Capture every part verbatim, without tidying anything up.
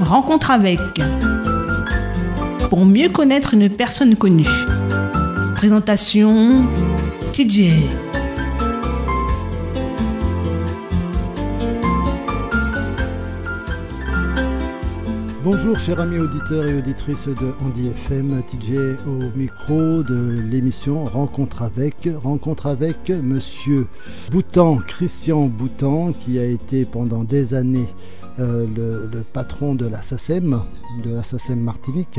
Rencontre avec. Pour mieux connaître une personne connue. Présentation T J. Bonjour chers amis auditeurs et auditrices de Andy F M, T J au micro de l'émission Rencontre avec. Rencontre avec Monsieur Boutan, Christian Boutan, qui a été pendant des années euh, le, le patron de la SACEM, de la SACEM Martinique.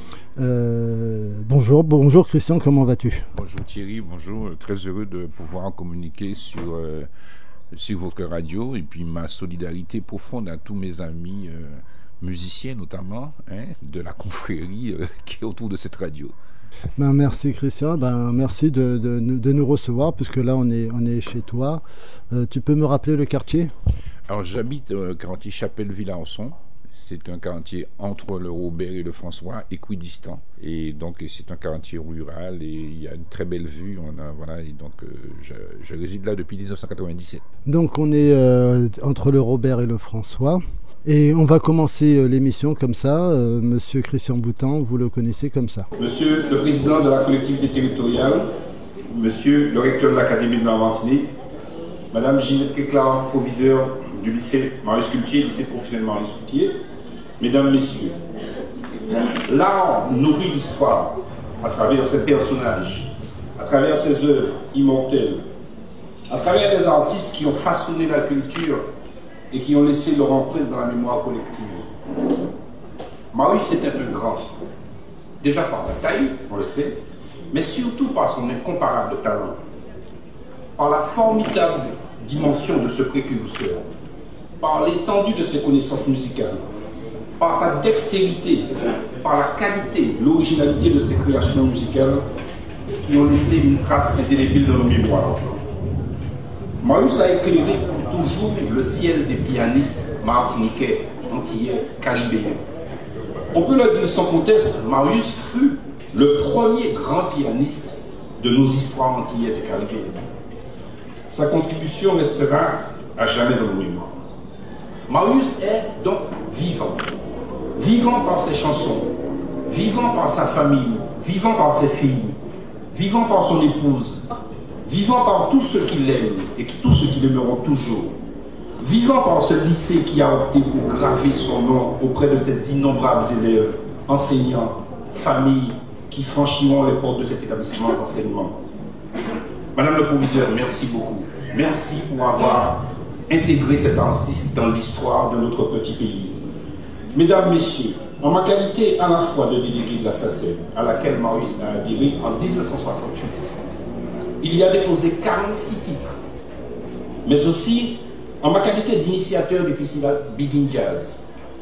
Euh, bonjour, bonjour Christian, comment vas-tu? Bonjour Thierry, bonjour, très heureux de pouvoir communiquer sur, euh, sur votre radio et puis ma solidarité profonde à tous mes amis euh, musiciens notamment, hein, de la confrérie euh, qui est autour de cette radio. Ben, merci Christian, ben, merci de, de, de nous recevoir puisque là on est, on est chez toi. Euh, tu peux me rappeler le quartier? Alors j'habite au quartier Chapelle-Villançon. C'est un quartier entre le Robert et le François, équidistant. Et donc, c'est un quartier rural et il y a une très belle vue. On a, voilà, et donc, euh, je, je réside là depuis dix-neuf cent quatre-vingt-dix-sept. Donc, on est euh, entre le Robert et le François. Et on va commencer euh, l'émission comme ça. Euh, Monsieur Christian Boutan, vous le connaissez comme ça. Monsieur le président de la collectivité territoriale, Monsieur le recteur de l'Académie de la Martinique, Madame Ginette Kéclar, proviseur du lycée Marius Cultier, lycée professionnel Marius Cultier, Mesdames, Messieurs, l'art nourrit l'histoire à travers ses personnages, à travers ses œuvres immortelles, à travers les artistes qui ont façonné la culture et qui ont laissé leur empreinte dans la mémoire collective. Marius était un grand, déjà par la taille, on le sait, mais surtout par son incomparable talent, par la formidable dimension de ce précurseur, par l'étendue de ses connaissances musicales, par sa dextérité, par la qualité, l'originalité de ses créations musicales qui ont laissé une trace indélébile dans nos mémoires. Marius a éclairé pour toujours le ciel des pianistes martiniquais, antillais, caribéens. On peut le dire sans conteste, Marius fut le premier grand pianiste de nos histoires antillaises et caribéennes. Sa contribution restera à jamais dans nos mémoires. Marius est donc vivant. Vivant par ses chansons, vivant par sa famille, vivant par ses filles, vivant par son épouse, vivant par tous ceux qui l'aiment et tous ceux qui l'aimeront toujours, vivant par ce lycée qui a opté pour graver son nom auprès de ses innombrables élèves, enseignants, familles qui franchiront les portes de cet établissement d'enseignement. Madame le proviseur, merci beaucoup. Merci pour avoir intégré cet artiste dans l'histoire de notre petit pays. Mesdames, Messieurs, en ma qualité à la fois de délégué de la SACEM, à laquelle Marius a adhéré en dix-neuf cent soixante-huit, il y a déposé quarante-six titres, mais aussi en ma qualité d'initiateur du festival Begin Jazz,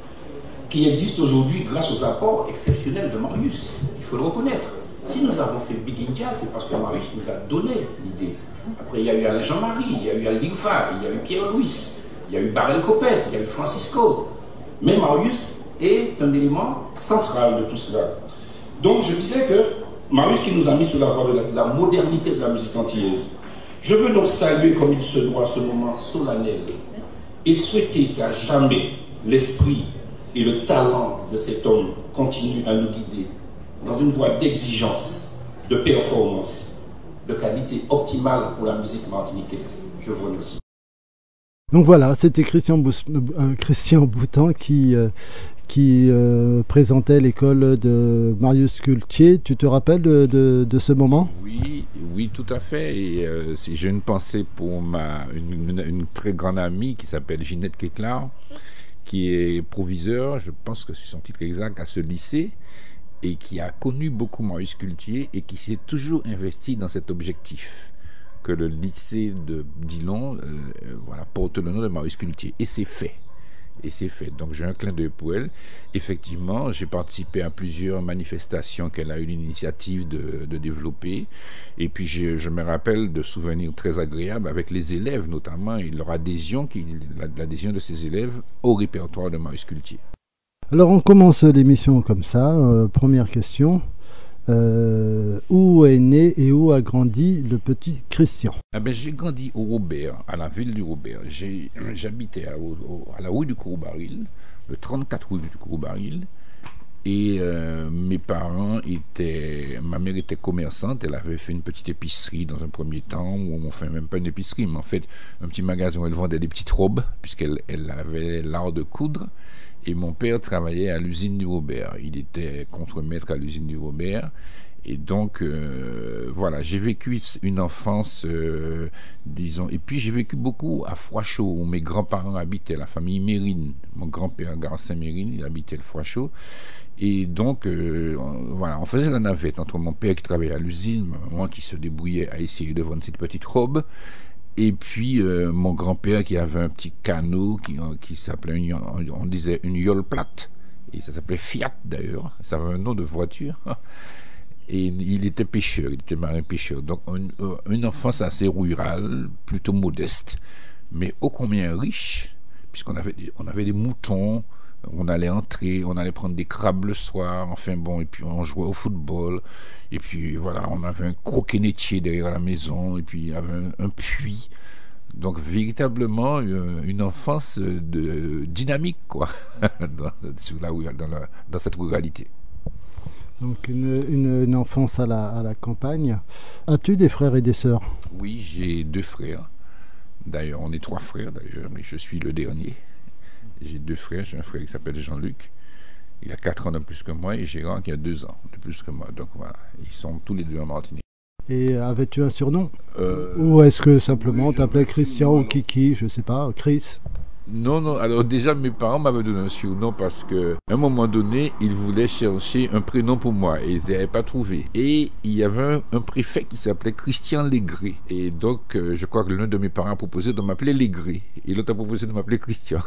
qui existe aujourd'hui grâce aux apports exceptionnels de Marius. Il faut le reconnaître. Si nous avons fait Begin Jazz, c'est parce que Marius nous a donné l'idée. Après, il y a eu Alain Jean-Marie, il y a eu Al Digfa, il y a eu Pierre-Louis, il y a eu Barrel Copette, il y a eu Francisco. Mais Marius est un élément central de tout cela. Donc je disais que Marius qui nous a mis sur la voie de la, de la modernité de la musique antillaise. Je veux donc saluer comme il se doit ce moment solennel et souhaiter qu'à jamais l'esprit et le talent de cet homme continuent à nous guider dans une voie d'exigence, de performance, de qualité optimale pour la musique martiniquaise. Je vous remercie. Donc voilà, c'était Christian, Bous- euh, Christian Boutan qui, euh, qui euh, présentait l'école de Marius Cultier. Tu te rappelles de, de, de ce moment? Oui, oui, tout à fait. Et euh, si j'ai une pensée pour ma, une, une, une très grande amie qui s'appelle Ginette Kéclar, qui est proviseur, je pense que c'est son titre exact, à ce lycée, et qui a connu beaucoup Marius Cultier et qui s'est toujours investi dans cet objectif que le lycée de Dillon euh, voilà, porte le nom de Marius Cultier. Et c'est fait. Et c'est fait. Donc j'ai un clin d'œil pour elle. Effectivement, j'ai participé à plusieurs manifestations qu'elle a eu l'initiative de, de développer. Et puis je, je me rappelle de souvenirs très agréables avec les élèves notamment et leur adhésion, qui, l'adhésion de ces élèves au répertoire de Marius Cultier. Alors on commence l'émission comme ça. Euh, première question. Euh, où est né et où a grandi le petit Christian? Ah ben, j'ai grandi au Robert, à la ville du Robert. J'ai, j'habitais à, au, à la rue du Courbaril, le trente-quatre rue du Courbaril. Et euh, mes parents étaient... Ma mère était commerçante, elle avait fait une petite épicerie dans un premier temps, ou enfin même pas une épicerie, mais en fait un petit magasin où elle vendait des petites robes, puisqu'elle elle avait l'art de coudre. Et mon père travaillait à l'usine du Robert. Il était contremaître à l'usine du Robert. Et donc, euh, voilà, j'ai vécu une enfance, euh, disons... Et puis, j'ai vécu beaucoup à Froidchaux, où mes grands-parents habitaient, la famille Mérine. Mon grand-père, Garcin Mérine, il habitait le Froidchaux. Et donc, euh, on, voilà, on faisait la navette entre mon père qui travaillait à l'usine, moi qui se débrouillait à essayer de vendre cette petite robe, et puis euh, mon grand-père qui avait un petit canot qui, qui s'appelait, une, on disait une yole plate, et ça s'appelait Fiat d'ailleurs, ça avait un nom de voiture, et il était pêcheur, il était marin-pêcheur. Donc une, une enfance assez rurale, plutôt modeste, mais ô combien riche, puisqu'on avait, on avait des moutons, on allait entrer, on allait prendre des crabes le soir, enfin bon, et puis on jouait au football, et puis voilà, on avait un croquet-nétier derrière la maison, et puis il y avait un, un puits. Donc véritablement euh, une enfance de, dynamique, quoi, dans, sur la, dans, la, dans cette ruralité. Donc une, une, une enfance à la, à la campagne. As-tu des frères et des sœurs? Oui, j'ai deux frères. D'ailleurs, on est trois frères d'ailleurs, mais je suis le dernier. J'ai deux frères, j'ai un frère qui s'appelle Jean-Luc, il a quatre ans de plus que moi, et Gérard qui a deux ans de plus que moi. Donc voilà, ils sont tous les deux en Martinique. Et avais-tu un surnom? euh, Ou est-ce que simplement oui, t'appelais Christian ou alors, Kiki, je sais pas, Chris? Non, non, alors déjà mes parents m'avaient donné un surnom parce que à un moment donné, ils voulaient chercher un prénom pour moi et ils n'avaient pas trouvé. Et il y avait un, un préfet qui s'appelait Christian Légré. Et donc, euh, je crois que l'un de mes parents a proposé de m'appeler Légré et l'autre a proposé de m'appeler Christian.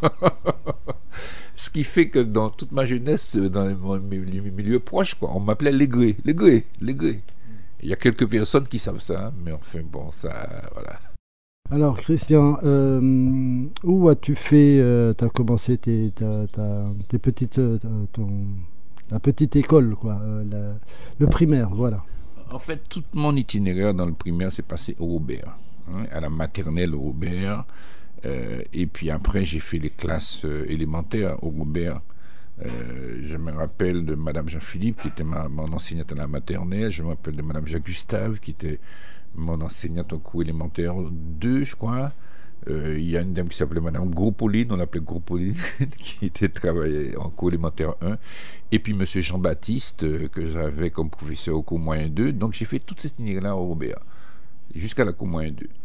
Ce qui fait que dans toute ma jeunesse, dans mes milieux proches, quoi, on m'appelait Légré, Légré, Légré. Il y a quelques personnes qui savent ça, mais enfin bon, ça, voilà. Alors Christian, euh, où as-tu fait, euh, tu as commencé tes, ta, ta, tes petites, ton, la petite école, quoi, euh, la, le primaire, voilà. En fait, tout mon itinéraire dans le primaire s'est passé au Robert, hein, à la maternelle au Robert. Euh, et puis après, j'ai fait les classes euh, élémentaires au Robert. Euh, je me rappelle de Madame Jean-Philippe, qui était ma, mon enseignante à la maternelle. Je me rappelle de Madame Jacques-Gustave, qui était mon enseignante au cours élémentaire deux, je crois. Euh, il y a une dame qui s'appelait Madame Gros-Pauline, on l'appelait Gros-Pauline, qui était travaillée en cours élémentaire un. Et puis Monsieur Jean-Baptiste, euh, que j'avais comme professeur au cours moyen deux. Donc j'ai fait toute cette ligne-là au Robert, jusqu'à la cours moyen deux.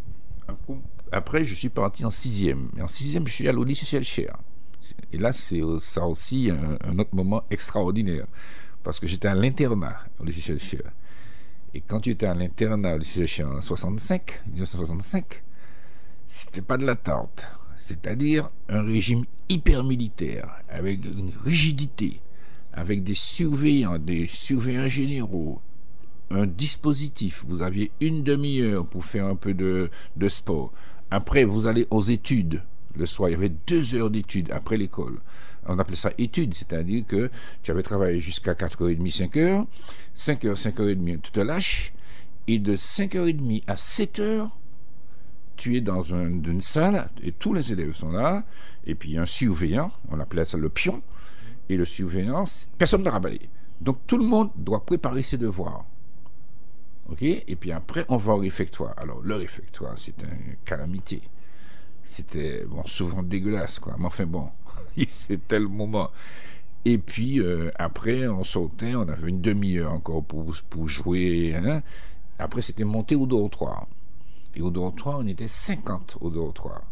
Après, je suis parti en sixième. Et en sixième, je suis allé au lycée Schellcher. Et là, c'est ça aussi un, un autre moment extraordinaire. Parce que j'étais à l'internat au lycée Schellcher. Et quand tu étais à l'internat au lycée Schellcher en soixante-cinq, dix-neuf cent soixante-cinq, c'était pas de l'attente. C'est-à-dire un régime hyper militaire, avec une rigidité, avec des surveillants, des surveillants généraux, un dispositif. Vous aviez une demi-heure pour faire un peu de, de sport. Après, vous allez aux études. Le soir, il y avait deux heures d'études après l'école. On appelait ça études, c'est-à-dire que tu avais travaillé jusqu'à quatre heures trente, cinq heures. cinq heures, cinq heures trente, tu te lâches. Et de cinq heures trente à sept heures, tu es dans un, une salle et tous les élèves sont là. Et puis il y a un surveillant, on appelait ça le pion. Et le surveillant, personne ne l'a rabalé. Donc tout le monde doit préparer ses devoirs. Ok, et puis après, on va au réfectoire. Alors, le réfectoire, c'était une calamité. C'était, bon, souvent dégueulasse, quoi. Mais enfin, bon, c'était le moment. Et puis, euh, après, on sortait, on avait une demi-heure encore pour, pour jouer. Hein. Après, c'était monté au dortoir. Et au dortoir, on était cinquante au dortoir.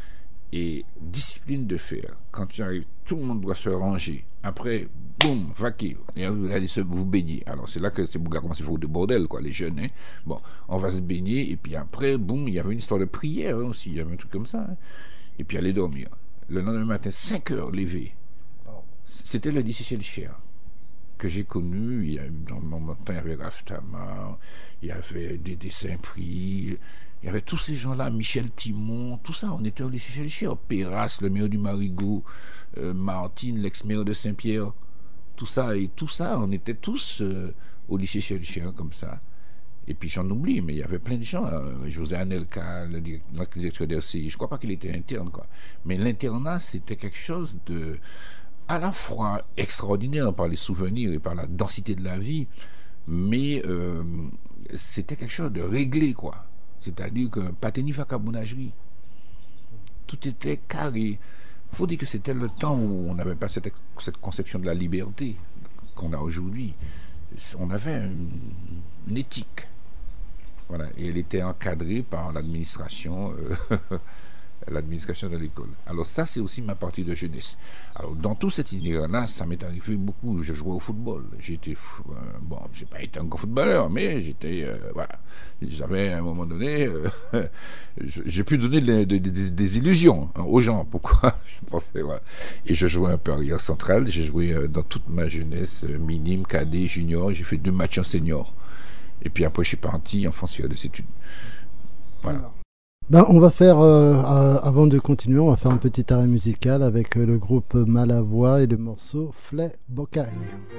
Et discipline de fer. Quand tu arrives, tout le monde doit se ranger. Après, boum, vaquer. Et vous allez se vous baigner. Alors c'est là que ces bougas commencent à faire de bordel, quoi, les jeunes. Hein. Bon, on va se baigner. Et puis après, boum, il y avait une histoire de prière hein, aussi. Il y avait un truc comme ça. Hein. Et puis aller dormir. Le lendemain matin, cinq heures levé. C'était le lycée Schellcher que j'ai connu. Il y a, dans mon temps, il y avait Raftama, il y avait Dédé Saint-Prix. Il y avait tous ces gens-là, Michel Timon, tout ça, on était au lycée Schellcher. Perras, le maire du Marigot, euh, Martine, l'ex-maire de Saint-Pierre. tout ça, et tout ça, on était tous euh, au lycée Chien comme ça. Et puis j'en oublie, mais il y avait plein de gens. Euh, José Anelka, le directeur de R C I, je ne crois pas qu'il était interne, quoi. Mais l'internat, c'était quelque chose de à la fois extraordinaire par les souvenirs et par la densité de la vie, mais euh, c'était quelque chose de réglé, quoi. C'est-à-dire que Pateni Fakabounagerie, tout était carré. Il faut dire que c'était le temps où on n'avait pas cette, cette conception de la liberté qu'on a aujourd'hui. On avait une, une éthique. Voilà, et elle était encadrée par l'administration, euh, l'administration de l'école. Alors ça, c'est aussi ma partie de jeunesse. Alors dans tout cet itinéraire-là, ça m'est arrivé beaucoup. Je jouais au football. J'étais, euh, bon, j'ai pas été un grand footballeur, mais j'étais, euh, voilà, j'avais à un moment donné, euh, j'ai pu donner des, des, des, des illusions hein, aux gens. Pourquoi? Je pensais, voilà. Et je jouais un peu arrière central. J'ai joué euh, dans toute ma jeunesse, euh, minime, cadet, junior. J'ai fait deux matchs en senior. Et puis après, je suis parti en France faire des études. Voilà. Ben, on va faire, euh, euh, avant de continuer, on va faire un petit arrêt musical avec euh, le groupe Malavoie et le morceau Flé Bocaille.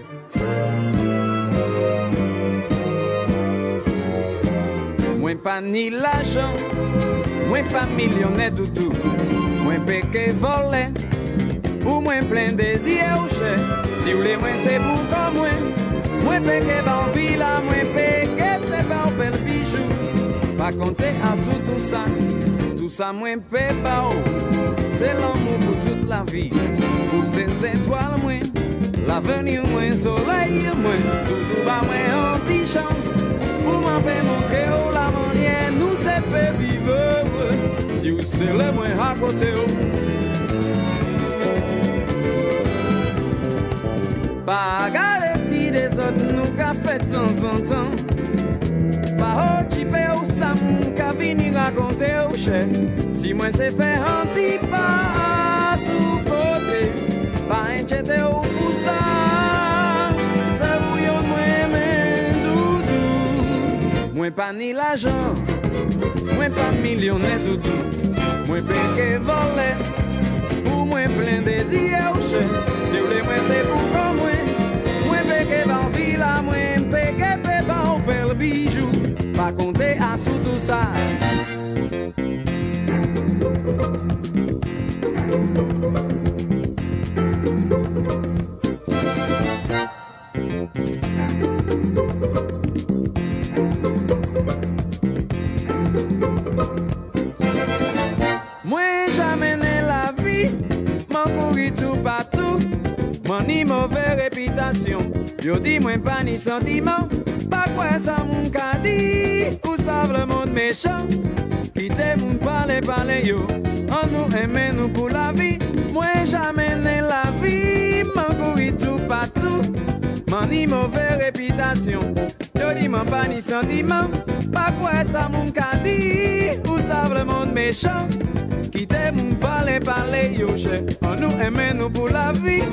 Moi pas ni l'argent, moi pas millionnaire du tout. Moi péché volé, ou moi plein désir au chef. Si vous voulez, moi c'est pour comme moi. Moi péché dans villa, moi péché fait pas au bel bijou. Pas compter à sous tout ça, tout ça moi péché pas haut. C'est l'amour pour toute la vie, pour ces étoiles moi. L'avenir moi, soleil moi, tout tout bas moi en petite chance. Pour m'en faire montrer où la manière nous c'est fait vivre. Si vous c'est le moins à côté. Pas garantie des autres nous qu'a fait de temps en temps. Pas au chipé ou ça qu'a vini raconter au chef. Si moi c'est fait un petit pas sous côté. Pas inquiété au pour ça. C'est bouillon moi mais doudou. Moi pas ni l'argent. Moi pas millionnaire doudou. Moi péché volé. Pour moi plein désir au chef. Si vous voulez moi c'est pour comme moi. Moi péché dans villa. Moi péché fait pas au bel bijou. Pas compter à sous tout ça. Moi jamais né la vie, m'en courir tout partout, m'en ni mauvaise réputation. Yo dis moi pas ni sentiment, pas quoi ça mon qu'a dit, ou savent le monde méchant. Quittez mon parler parler yo, on nous aime nous pour la vie. Moi jamais né la vie, m'en courir tout partout, m'en ni mauvaise réputation. Yo dis moi pas ni sentiment, pas quoi ça mon qu'a dit, ou savent le monde méchant. Quittez mon parler parler yo chef, on nous aime nous pour la vie.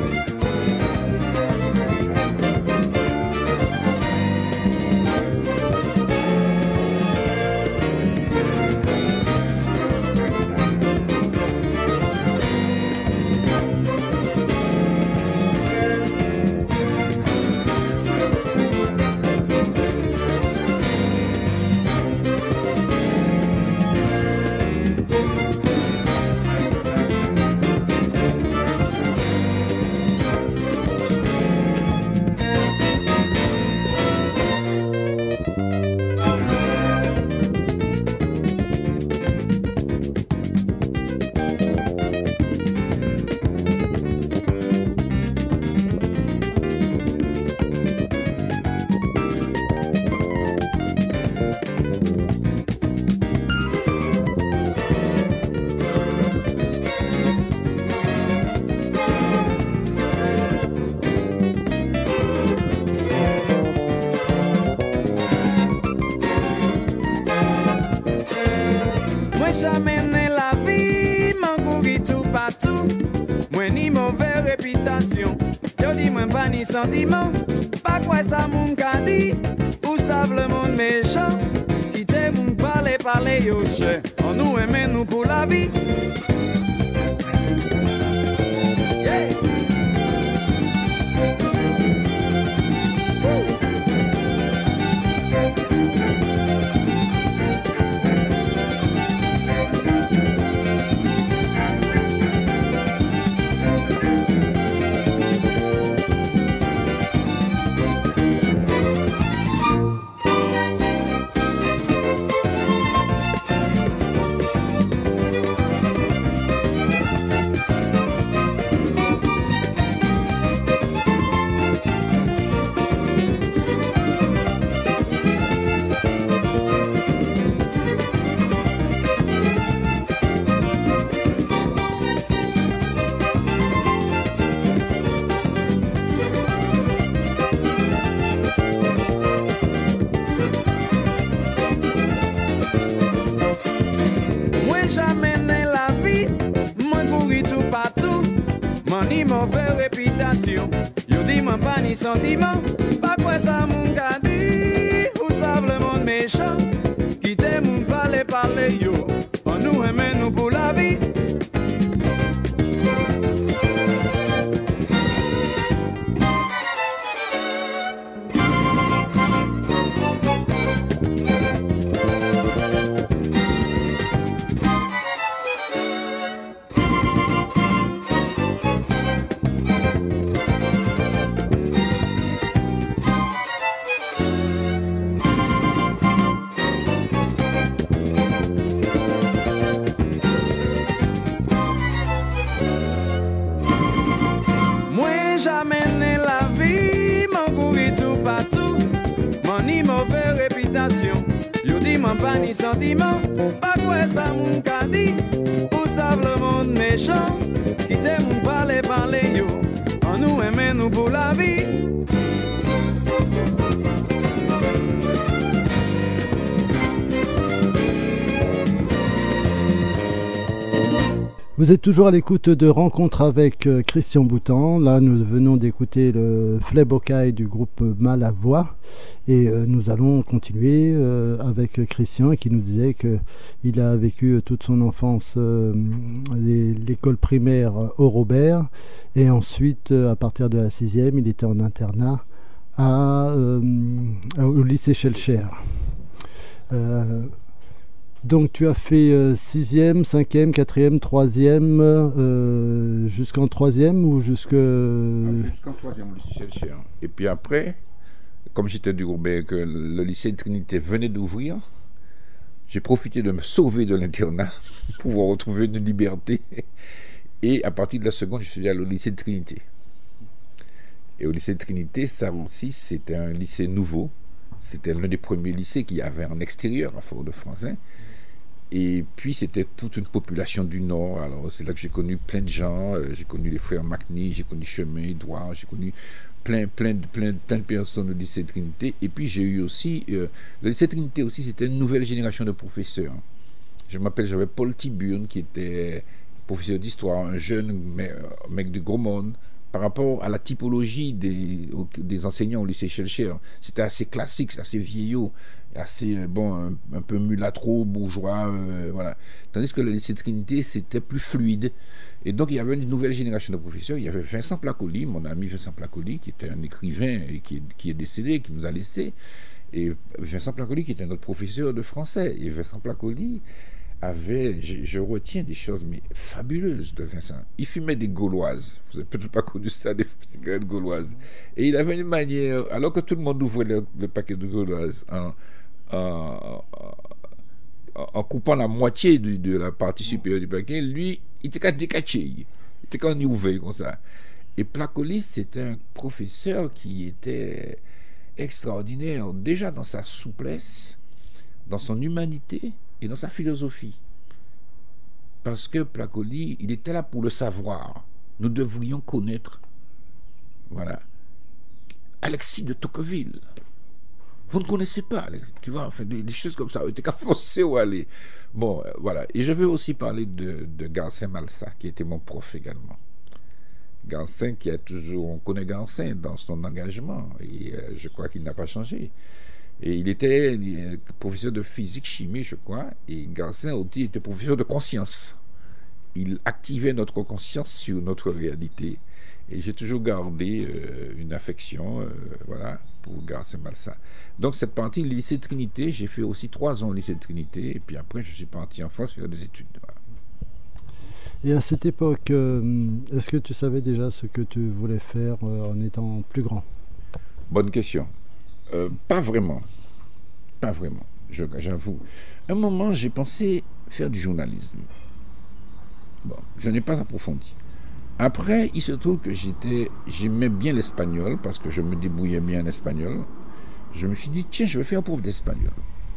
Jamais né la vie, m'en courir tout partout. Moi ni mauvaise réputation, yo dis moi pas ni sentiment. Pas quoi ça mon qu'a dit, ou savent le monde méchant. Quittez mon parler parler yo chef, on nous aime nous pour la vie. Yeah. ni mauvaise réputation. Yo dis m'en pas ni sentiment, pas quoi ça mon ka dit. Ou savent le monde méchant, quittez mon parler parler yo. On nous aime nous pour la vie. Pas ni sentiment, pas quoi ça mon ka dit. Ou savent le monde méchant, quittez mon parler parler yo. On nous aime nous pour la vie. Vous êtes toujours à l'écoute de Rencontre avec euh, Christian Boutan. Là, nous venons d'écouter le Flebokai du groupe Malavoie. Et euh, nous allons continuer euh, avec Christian qui nous disait qu'il a vécu toute son enfance euh, l'école primaire au Robert. Et ensuite, euh, à partir de la sixième, il était en internat à, euh, au lycée Schellcher. Euh, Donc tu as fait euh, sixième, cinquième, quatrième, troisième, euh, jusqu'en troisième ou jusque... Ah, jusqu'en troisième au lycée Schellcher. Et puis après, comme j'étais du Robert, que le lycée de Trinité venait d'ouvrir, j'ai profité de me sauver de l'internat pour pouvoir retrouver une liberté. Et à partir de la seconde, je suis allé au lycée de Trinité. Et au lycée de Trinité, ça aussi, c'était un lycée nouveau. C'était l'un des premiers lycées qu'il y avait en extérieur à Fort-de-France. Hein. Et puis, c'était toute une population du Nord. Alors, c'est là que j'ai connu plein de gens. Euh, j'ai connu les frères Macny, j'ai connu Chemin, Edouard, j'ai connu plein, plein, plein, plein de personnes au lycée de Trinité. Et puis, j'ai eu aussi... Euh, le lycée de Trinité aussi, c'était une nouvelle génération de professeurs. Je m'appelle, j'avais Paul Tiburne, qui était professeur d'histoire, un jeune mec, mec du gros monde. Par rapport à la typologie des, des enseignants au lycée Schellcher, c'était assez classique, assez vieillot, assez bon, un, un peu mulâtro, bourgeois, euh, voilà. Tandis que le lycée de Trinité, c'était plus fluide. Et donc, il y avait une nouvelle génération de professeurs. Il y avait Vincent Placoli, mon ami Vincent Placoli, qui était un écrivain et qui est, qui est décédé, qui nous a laissés. Et Vincent Placoli, qui était notre professeur de français. Et Vincent Placoli avait, je, je retiens des choses mais fabuleuses de Vincent. Il fumait des gauloises. Vous n'avez peut-être pas connu ça, des cigarettes gauloises. Et il avait une manière, alors que tout le monde ouvrait le, le paquet de gauloises en, en, en, en coupant la moitié de, de la partie supérieure du paquet, lui, il était qu'à décacher. Il était qu'à en ouvrir comme ça. Et Placoli, c'était un professeur qui était extraordinaire, déjà dans sa souplesse, dans son humanité, et dans sa philosophie. Parce que Placoli, il était là pour le savoir. Nous devrions connaître, voilà, Alexis de Tocqueville. Vous ne connaissez pas, Alexis, tu vois, enfin, des, des choses comme ça. Il était qu'à forcer ou aller. Bon, euh, voilà. Et je vais aussi parler de, de Garcin Malsa, qui était mon prof également. Garcin, qui a toujours, on connaît Garcin dans son engagement, et euh, je crois qu'il n'a pas changé. Et il était professeur de physique-chimie, je crois, et Garcin aussi était professeur de conscience. Il activait notre conscience sur notre réalité. Et j'ai toujours gardé euh, une affection, euh, voilà, pour Garcin Malsa. Donc cette partie, le lycée de Trinité, j'ai fait aussi trois ans au lycée de Trinité, et puis après je suis parti en France faire des études. Voilà. Et à cette époque, euh, est-ce que tu savais déjà ce que tu voulais faire euh, en étant plus grand? Bonne question. Euh, pas vraiment. Pas vraiment, je, j'avoue. Un moment, j'ai pensé faire du journalisme. Bon, je n'ai pas approfondi. Après, il se trouve que j'étais, j'aimais bien l'espagnol, parce que je me débrouillais bien en espagnol. Je me suis dit, tiens, je vais faire prof d'espagnol.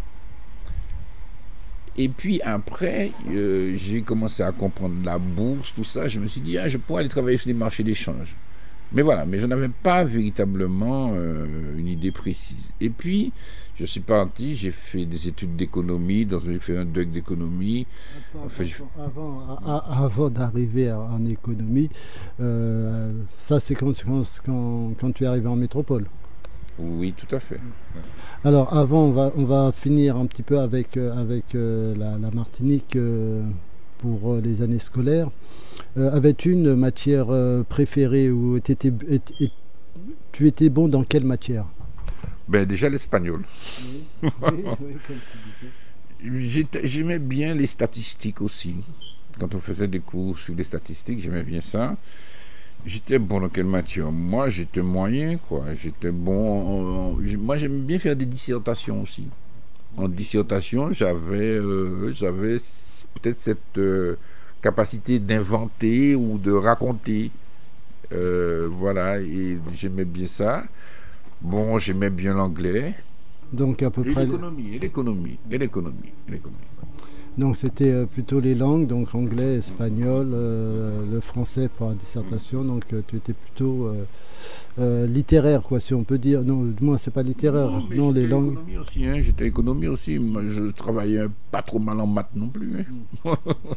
Et puis après, euh, j'ai commencé à comprendre la bourse, tout ça. Je me suis dit, ah, je pourrais aller travailler sur les marchés d'échange. Mais voilà, mais je n'avais pas véritablement euh, une idée précise. Et puis, je suis parti, j'ai fait des études d'économie, dans j'ai fait un doc d'économie. Attends, Enfin, je- attends, avant, a- a- avant d'arriver en en économie, euh, ça c'est quand, quand, quand, quand tu es arrivé en métropole. Oui, tout à fait. Alors avant, on va, on va finir un petit peu avec, euh, avec euh, la, la Martinique euh, pour euh, les années scolaires. Euh, avais-tu une matière euh, préférée ou t'étais- et- et- tu étais bon dans quelle matière? Ben déjà l'espagnol. Oui, oui, oui, comme tu disais. J'étais- J'aimais bien les statistiques aussi. Quand on faisait des cours sur les statistiques, j'aimais bien ça. J'étais bon dans quelle matière? Moi, j'étais moyen, quoi. J'étais bon. en- en- moi, j'aimais bien faire des dissertations aussi. En dissertation, j'avais, euh, j'avais s- peut-être cette euh, capacité d'inventer ou de raconter. Euh, voilà, et j'aimais bien ça. Bon, j'aimais bien l'anglais. Donc à peu Et près. l'économie, et l'économie, et l'économie, et l'économie. Donc c'était euh, plutôt les langues, donc anglais, espagnol, euh, le français pour la dissertation. Donc euh, tu étais plutôt euh, euh, littéraire, quoi, si on peut dire. Non, du moins c'est pas littéraire. mais Non, les j'étais langues. économie aussi, hein, j'étais économie aussi. Moi, je travaillais pas trop mal en maths non plus. Hein.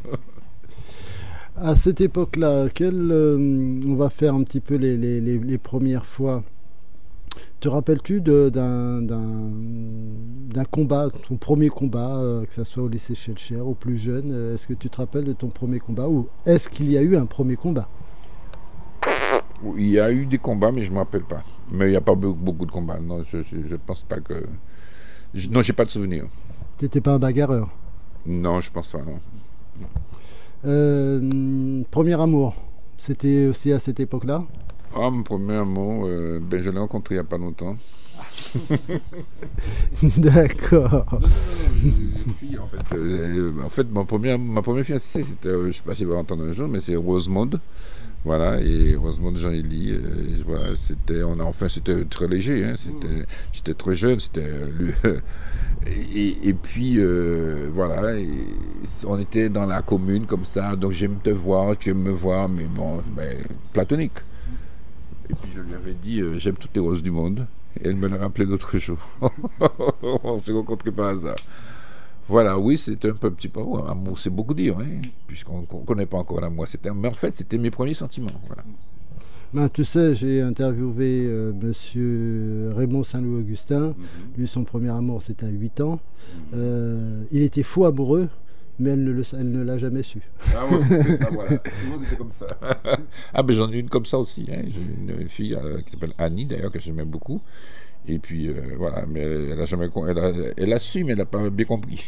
À cette époque-là, quel, euh, on va faire un petit peu les, les, les, les premières fois. Te rappelles-tu de- d'un d'un d'un combat, ton premier combat, euh, que ce soit au lycée Schellcher, au plus jeune, euh, est-ce que tu te rappelles de ton premier combat ou est-ce qu'il y a eu un premier combat? Il y a eu des combats, mais je ne me rappelle pas. Mais il n'y a pas be- beaucoup de combats. Non, je ne pense pas que. Je, non, j'ai pas de souvenir. Tu n'étais pas un bagarreur. Non, je pense pas, non. Euh, premier amour, c'était aussi à cette époque-là? Ah, mon premier amour, euh, ben, je l'ai rencontré il n'y a pas longtemps. D'accord. Non, non, non, non, une fille, en fait. Euh, en fait, mon premier, ma première fiancée, c'était, euh, je ne sais pas si vous allez entendre un jour, mais c'est Rosemonde. Voilà, et Rosemonde Jean-Élie, euh, et voilà, c'était, on a, enfin, c'était très léger, hein, c'était, j'étais très jeune, c'était, euh, lui, et, et puis, euh, voilà, et on était dans la commune comme ça, donc j'aime te voir, tu aimes me voir, mais bon, ben, platonique. Et puis je lui avais dit, euh, j'aime toutes les roses du monde. Et elle me l'a rappelé l'autre jour. On s'est rencontrés par hasard. Voilà, oui, c'était un peu un petit peu. Ouais, amour, c'est beaucoup dire, hein, puisqu'on ne connaît pas encore l'amour. C'était, mais en fait, c'était mes premiers sentiments. Voilà. Ben, tu sais, j'ai interviewé euh, monsieur Raymond Saint-Louis-Augustin. Mm-hmm. Lui, son premier amour, c'était à huit ans. Mm-hmm. Euh, il était fou amoureux, mais elle ne, le, elle ne l'a jamais su. Ah ouais, c'est ça, voilà. Souvent, c'était comme ça. Ah, ben j'en ai une comme ça aussi. Hein. J'ai une, une fille euh, qui s'appelle Annie, d'ailleurs, que j'aimais beaucoup. Et puis, euh, voilà, mais elle a jamais... Elle a, elle a su, mais elle n'a pas bien compris.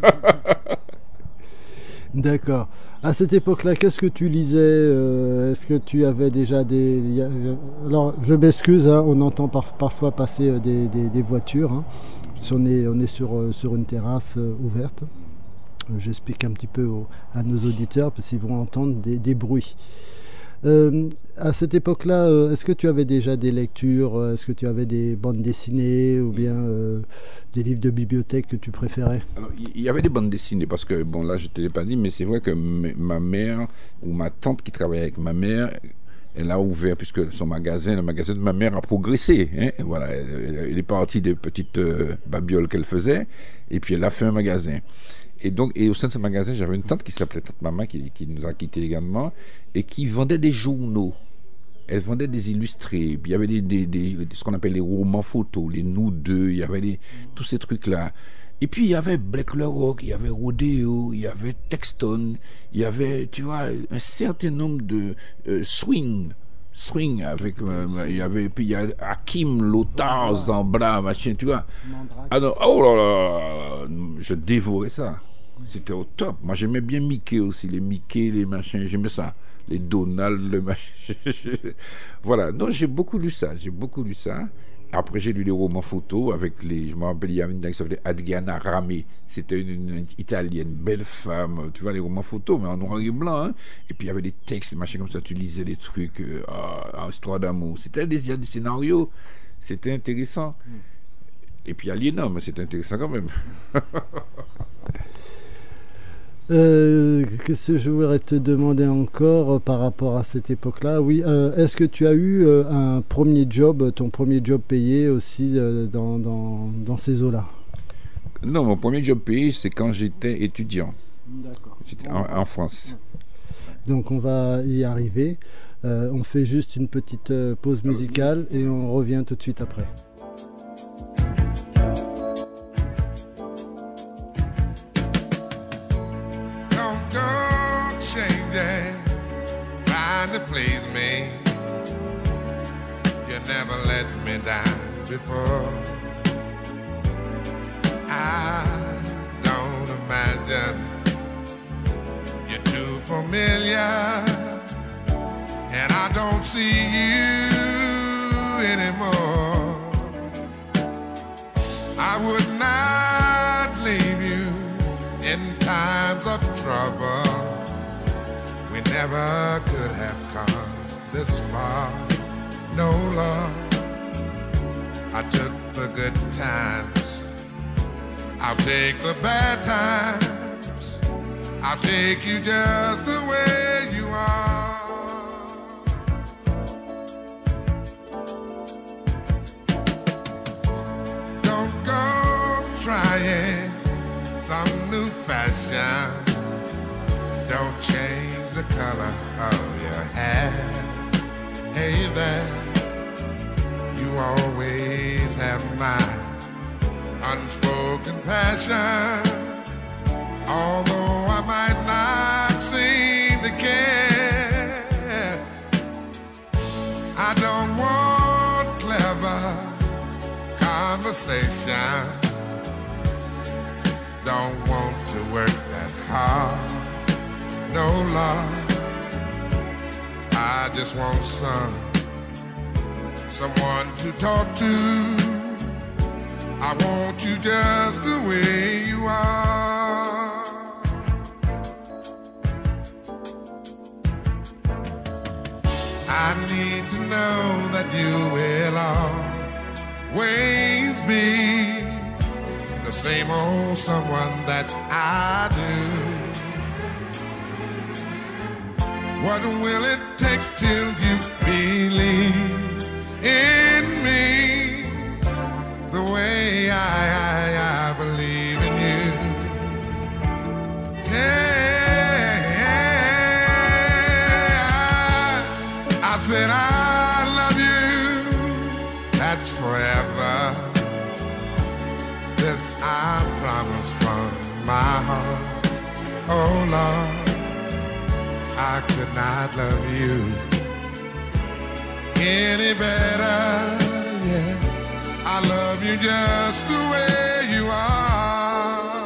D'accord. À cette époque-là, qu'est-ce que tu lisais euh, Est-ce que tu avais déjà des... Alors, je m'excuse, hein, on entend par, parfois passer des, des, des voitures. Hein. On est, on est sur, sur une terrasse euh, ouverte. J'explique un petit peu aux, à nos auditeurs, parce qu'ils vont entendre des, des bruits. Euh, à cette époque-là, euh, est-ce que tu avais déjà des lectures? Est-ce que tu avais des bandes dessinées ou bien euh, des livres de bibliothèque que tu préférais? Alors, il y avait des bandes dessinées, parce que, bon, là, je ne te l'ai pas dit, mais c'est vrai que m- ma mère, ou ma tante qui travaillait avec ma mère, elle a ouvert, puisque son magasin, le magasin de ma mère a progressé. Hein, voilà, elle, elle est partie des petites euh, babioles qu'elle faisait, et puis elle a fait un magasin. Et donc, et au sein de ce magasin, j'avais une tante qui s'appelait Tante Maman, qui, qui nous a quittés également, et qui vendait des journaux. Elle vendait des illustrés. Puis il y avait des, des, des, ce qu'on appelle les romans photos, les nous deux, il y avait des, tous ces trucs-là. Et puis il y avait Black Le Rock, il y avait Rodeo, il y avait Texton, il y avait, tu vois, un certain nombre de euh, swing. Swing avec euh, il y avait puis il y a Hakim, Lothar, Zambra, machin, tu vois. Alors oh là là, je dévorais ça. C'était au top. Moi j'aimais bien Mickey aussi, les Mickey, les machins, j'aimais ça. Les Donald, le machin. Voilà. Non, j'ai beaucoup lu ça, j'ai beaucoup lu ça. Après, j'ai lu les romans photos avec les. Je me rappelle, il y avait une dame qui s'appelait Adriana Rame. C'était une, une, une italienne, belle femme. Tu vois, les romans photos, mais en noir et blanc. Hein. Et puis, il y avait des textes, des machins comme ça. Tu lisais des trucs. Euh, ah, histoire d'amour. C'était des, des scénarios. C'était intéressant. Mm. Et puis, aliénant, mais c'était intéressant quand même. Euh, qu'est-ce que je voudrais te demander encore euh, par rapport à cette époque-là? Oui, euh, est-ce que tu as eu euh, un premier job, ton premier job payé aussi euh, dans, dans, dans ces eaux-là? Non, mon premier job payé, c'est quand j'étais étudiant. D'accord. J'étais en, en France. Donc on va y arriver. Euh, on fait juste une petite euh, pause musicale et on revient tout de suite après. Don't go changing, trying to please me. You never let me down before. I don't imagine you're too familiar, and I don't see you anymore. I would not leave you in times of trouble. We never could have come this far. No, Lord, I took the good times, I'll take the bad times, I'll take you just the way you are. Don't go trying some new fashion. Don't change the color of your hair. Hey there, you always have my unspoken passion. Although I might not seem to care, I don't want clever conversation. Don't want to work that hard. No, Lord, I just want some someone to talk to. I want you just the way you are. I need to know that you will always be the same old someone that I do. What will it take till you believe in me the way I, I, I believe in you? Yeah, I, I said I love you, that's forever. This I promise from my heart. Oh Lord, I could not love you any better, yeah. I love you just the way you are.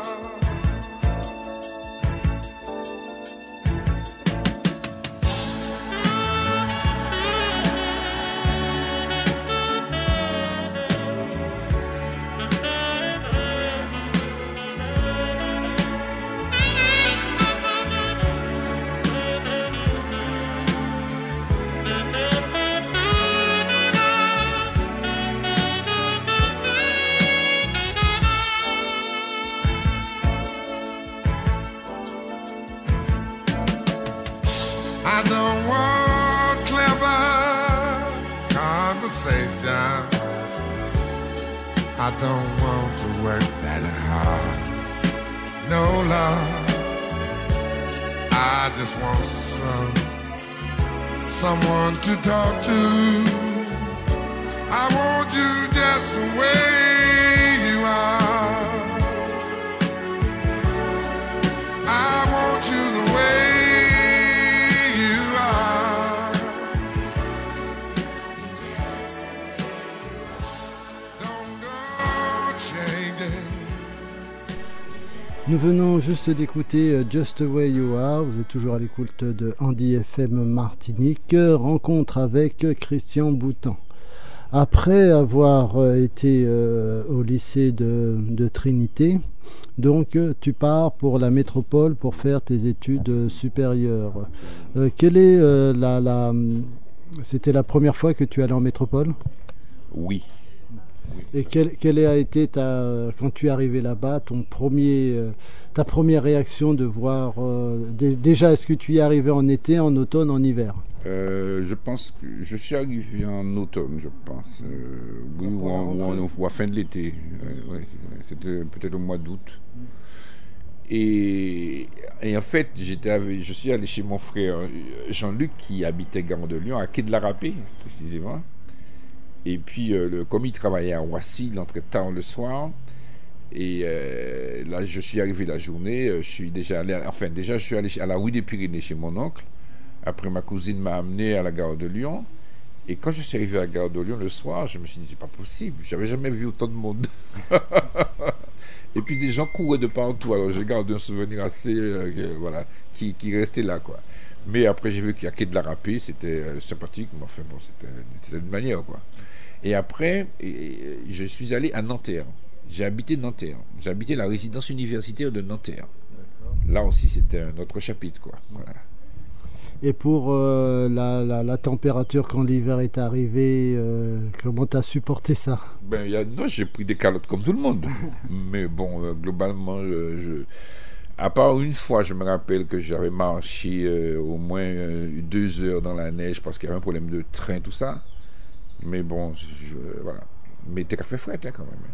I don't want clever conversation. I don't want to work that hard. No, Lord, I just want some someone to talk to. I want you just the way you are. I want you the way Nous venons juste d'écouter Just the Way You Are. Vous êtes toujours à l'écoute de Andy F M Martinique. Rencontre avec Christian Boutan. Après avoir été euh, au lycée de, de Trinité, donc tu pars pour la métropole pour faire tes études supérieures. Euh, quelle est euh, la, la... C'était la première fois que tu allais en métropole? Oui. oui. Et quelle, quelle a été, ta, quand tu es arrivé là-bas, ton premier, euh, ta première réaction de voir... Euh, d- déjà, est-ce que tu y es arrivé en été, en automne, en hiver? Euh, je pense que je suis arrivé en automne, je pense. Euh, oui, ou, en, ou, en, ou à fin de l'été. Euh, ouais, c'était peut-être au mois d'août. Et, et en fait, j'étais avec, je suis allé chez mon frère Jean-Luc qui habitait Gare de Lyon, à Quai de la Râpée, précisément. Et puis, euh, le, comme il travaillait à Roissy, il entrait tard le soir. Et euh, là, je suis arrivé la journée. Je suis déjà allé, à, enfin, déjà, je suis allé à la rue des Pyrénées chez mon oncle. Après, ma cousine m'a amené à la Gare de Lyon. Et quand je suis arrivé à la Gare de Lyon le soir, je me suis dit, c'est pas possible. J'avais jamais vu autant de monde. Et puis des gens couraient de partout. Alors, je garde un souvenir assez, euh, voilà, qui, qui restait là, quoi. Mais après, j'ai vu qu'il y a Quai de la Râpée, c'était euh, sympathique, mais enfin, bon, c'était, c'était une manière, quoi. Et après, et, je suis allé à Nanterre. J'ai habité Nanterre. J'ai habité la résidence universitaire de Nanterre. Là aussi, c'était un autre chapitre, quoi. Voilà. Et pour euh, la, la, la température quand l'hiver est arrivé, euh, comment tu as supporté ça? Ben, y a, non, j'ai pris des calottes comme tout le monde. Mais bon, euh, globalement, je, je, à part une fois, je me rappelle que j'avais marché euh, au moins euh, deux heures dans la neige parce qu'il y avait un problème de train, tout ça. Mais bon, je, voilà. Mais t'es café frais, hein, quand même.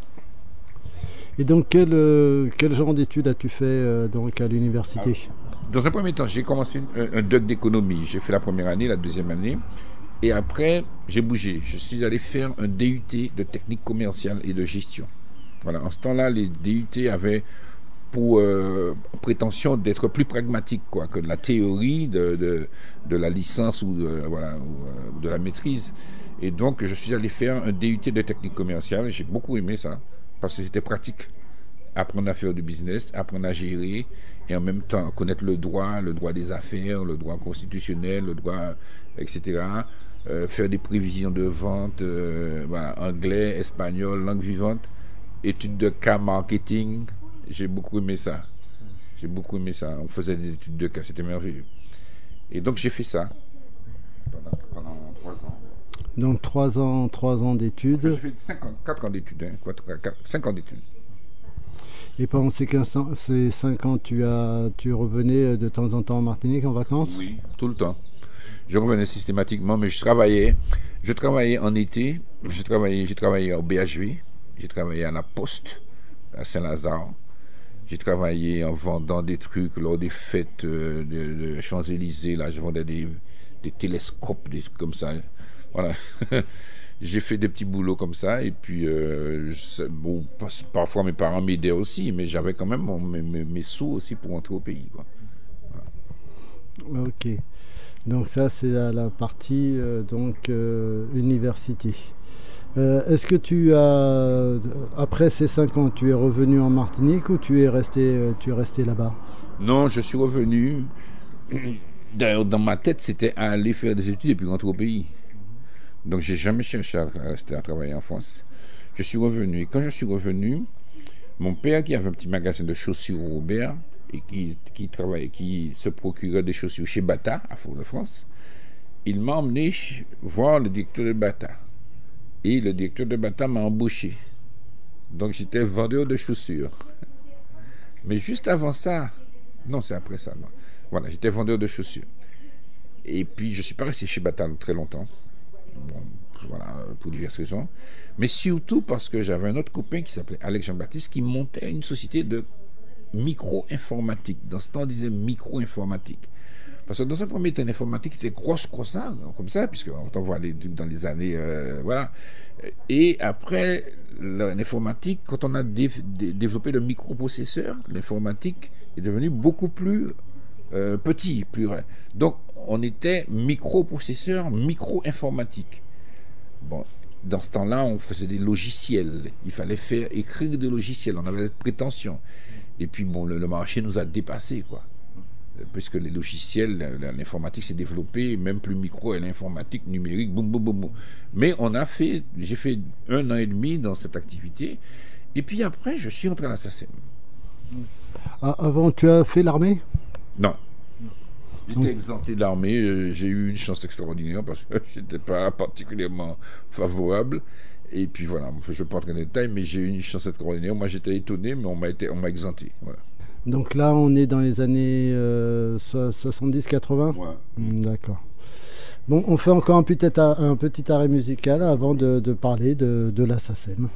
Et donc, quel, euh, quel genre d'études as-tu fait euh, donc, à l'université? Ah, dans un premier temps, j'ai commencé une, un, un doc d'économie. J'ai fait la première année, la deuxième année. Et après, j'ai bougé. Je suis allé faire un D U T de technique commerciale et de gestion. Voilà. En ce temps-là, les D U T avaient pour euh, prétention d'être plus pragmatiques, quoi, que de la théorie, de, de, de la licence ou de, voilà, ou, de la maîtrise. Et donc, je suis allé faire un D U T de technique commerciale. J'ai beaucoup aimé ça, parce que c'était pratique. Apprendre à faire du business, apprendre à gérer, et en même temps connaître le droit, le droit des affaires, le droit constitutionnel, le droit, et cetera. Euh, faire des prévisions de vente, euh, voilà, anglais, espagnol, langue vivante, études de cas marketing. J'ai beaucoup aimé ça. J'ai beaucoup aimé ça. On faisait des études de cas, c'était merveilleux. Et donc j'ai fait ça pendant, pendant trois ans. Donc trois ans, trois ans d'études. Enfin, j'ai fait cinq ans, quatre ans d'études, hein, quatre, quatre, cinq ans d'études. Et pendant ces, quinze ans, ces cinq ans, tu, as, tu revenais de temps en temps en Martinique en vacances? Oui, tout le temps. Je revenais systématiquement, mais je travaillais. Je travaillais en été. Je travaillais, j'ai travaillé au B H V. J'ai travaillé à la Poste, à Saint-Lazare. J'ai travaillé en vendant des trucs lors des fêtes de, de Champs-Élysées. Là, je vendais des, des télescopes, des trucs comme ça. Voilà. J'ai fait des petits boulots comme ça, et puis euh, je, bon, parfois mes parents m'aidaient aussi, mais j'avais quand même mon, mes, mes sous aussi pour rentrer au pays, quoi. Voilà. Ok, donc ça c'est la, la partie euh, donc euh, université. Euh, est-ce que tu as, après ces cinq ans, tu es revenu en Martinique ou tu es resté, tu es resté là-bas? Non, je suis revenu. D'ailleurs, dans ma tête, c'était aller faire des études et puis rentrer au pays. Donc, j'ai jamais cherché à rester à travailler en France. Je suis revenu. Et quand je suis revenu, mon père, qui avait un petit magasin de chaussures au Robert et qui, qui, travaillait, qui se procurait des chaussures chez Bata, à Fort-de-France, il m'a emmené voir le directeur de Bata. Et le directeur de Bata m'a embauché. Donc, j'étais vendeur de chaussures. Mais juste avant ça, non, c'est après ça, non. Voilà, j'étais vendeur de chaussures. Et puis, je ne suis pas resté chez Bata très longtemps. Bon, voilà, pour diverses raisons. Mais surtout parce que j'avais un autre copain qui s'appelait Alex Jean-Baptiste qui montait une société de micro-informatique. Dans ce temps, on disait micro-informatique. Parce que dans un premier temps, l'informatique était grosse, grosse, comme ça, puisque on voit les, dans les années, euh, voilà. Et après, l'informatique, quand on a dé, dé, développé le microprocesseur, l'informatique est devenue beaucoup plus euh, petit, plus. Donc, on était microprocesseur, micro-informatique. Bon, dans ce temps-là, on faisait des logiciels. Il fallait faire écrire des logiciels. On avait des prétentions. Et puis, bon, le, le marché nous a dépassés, quoi. Puisque les logiciels, l'informatique s'est développée, même plus micro et l'informatique numérique, boum, boum, boum, boum. Mais on a fait, j'ai fait un an et demi dans cette activité. Et puis après, je suis entré à la S A C E M. Ah, avant, tu as fait l'armée? Non. J'étais exempté de l'armée. J'ai eu une chance extraordinaire parce que je n'étais pas particulièrement favorable. Et puis voilà, je ne vais pas entrer dans les détails, mais j'ai eu une chance d'être coordonnateur. Moi, j'étais étonné, mais on m'a, été, on m'a exempté. Voilà. Donc là, on est dans les années euh, soixante-dix quatre-vingts. Ouais. Mmh, d'accord. Bon, on fait encore un petit, un petit arrêt musical avant de, de parler de, de la SACEM.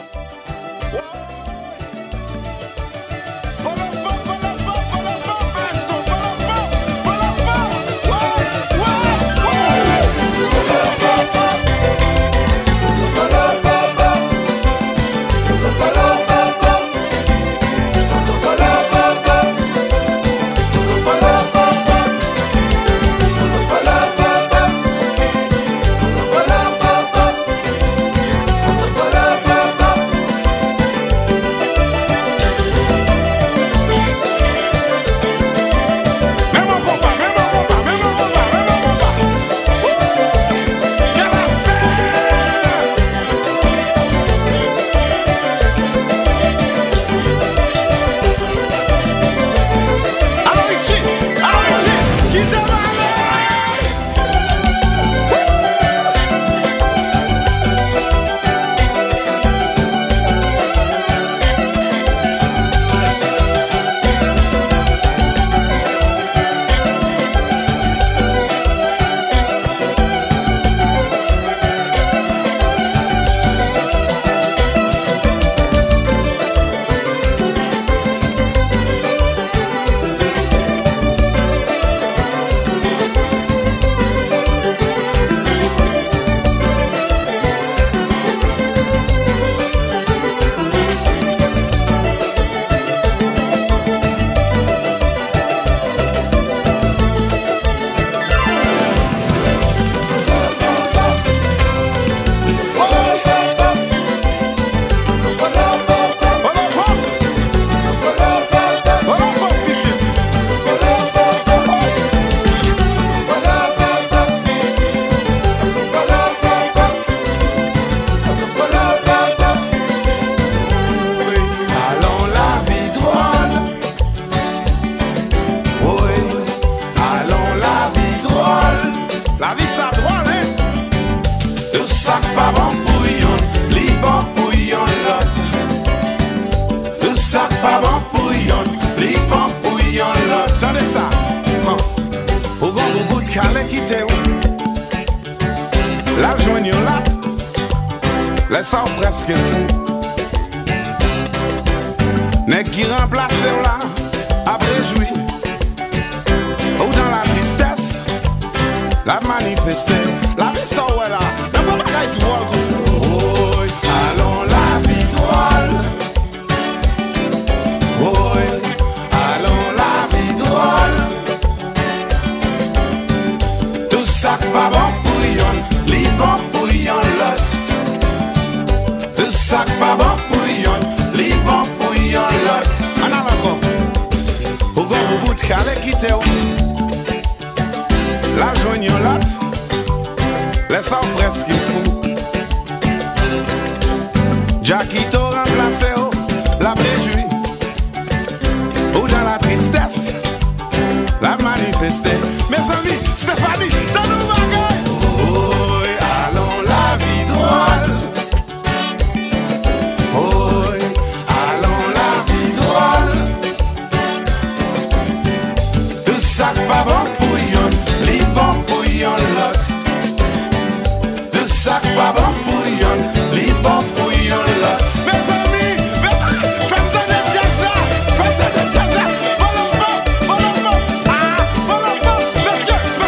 Laissant presque fou. N'est qui remplace là, après joui. Ou dans la tristesse, la manifester. La vie ça ouais là, n'a pas bagaille drôle comme ça. Oh, allons la vie drôle. Oh, allons la vie drôle. Tout ça pas bon pour yon, li bon pour yon lot. Sac pas bon pour yon, li bon pour yon lot. En avant quoi? Ou gon ou bout kale kite ou. La joigne yon lot. Laissant presque fou. Jackito remplace ou, la préjouie. Ou dans la tristesse, la manifester. Mes amis, Stéphanie, dans nous bagaille. Oh, allons la vie drôle. Pas bon pour yon, li bon pour yon lot. De sac pas bon pour yon, li bon pour yon lot. Mes amis, mes amis, faites de jazz là, faites de jazz là. Bon bon, bon bon, ah, bon bon, monsieur,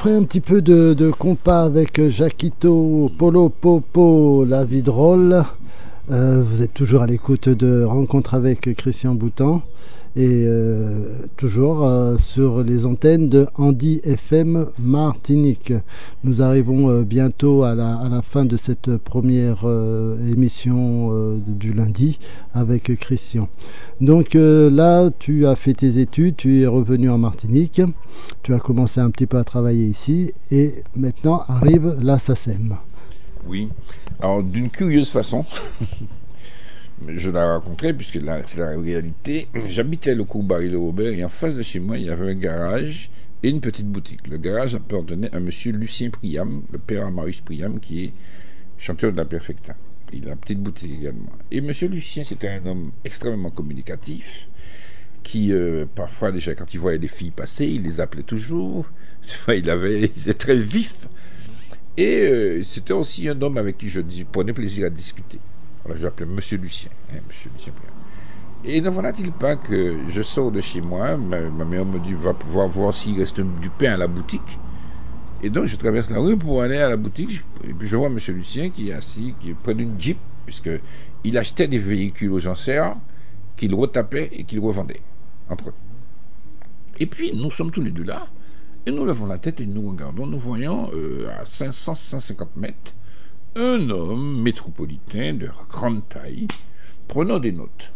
ferait un petit peu de, de compas avec Jaquito, Polo Popo, la vie drôle. Euh, vous êtes toujours à l'écoute de Rencontre avec Christian Boutan et euh, toujours euh, sur les antennes de Andy F M Martinique. Nous arrivons euh, bientôt à la, à la fin de cette première euh, émission euh, du lundi avec Christian. Donc euh, là, tu as fait tes études, tu es revenu en Martinique, tu as commencé un petit peu à travailler ici et maintenant arrive la S A C E M. Oui, alors d'une curieuse façon, je la raconterai puisque là, c'est la réalité. J'habitais le cours Barry-le-Robert et en face de chez moi, il y avait un garage et une petite boutique. Le garage appartenait à monsieur Lucien Priam, le père à Marius Priam, qui est chanteur de la Perfecta. Il a une petite boutique également. Et monsieur Lucien, c'était un homme extrêmement communicatif, qui euh, parfois déjà quand il voyait des filles passer, il les appelait toujours. Il avait, il était très vif. Et euh, c'était aussi un homme avec qui je dis, prenais plaisir à discuter. Alors je l'appelais monsieur Lucien. Hein, monsieur Lucien. Et ne voilà-t-il pas que je sors de chez moi, ma, ma mère me dit, va pouvoir voir s'il reste du pain à la boutique. Et donc je traverse la rue pour aller à la boutique, je, et puis je vois monsieur Lucien qui est assis, qui est près d'une Jeep, puisqu'il achetait des véhicules aux enchères, qu'il retapait et qu'il revendait, entre eux. Et puis nous sommes tous les deux là, et nous levons la tête et nous regardons, nous voyons euh, à cinq cents à cinq cent cinquante mètres, un homme métropolitain de grande taille, prenant des notes.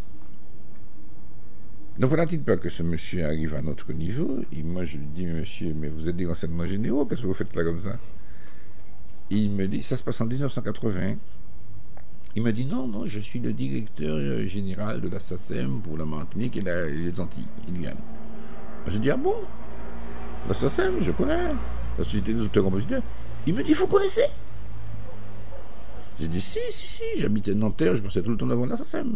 Ne voilà-t-il pas que ce monsieur arrive à notre niveau? Et moi je lui dis, monsieur, mais vous êtes des renseignements généraux, qu'est-ce que vous faites là comme ça? Et il me dit, ça se passe en dix-neuf cent quatre-vingts. Il me dit, non, non, je suis le directeur général de la S A C E M pour la Martinique et la, les Antilles. Je dis, ah bon? La S A C E M, je connais. La Société des auteurs-compositeurs. Il me dit, vous connaissez? J'ai dit, si, si, si, j'habitais Nanterre, je passais tout le temps devant la S A C E M.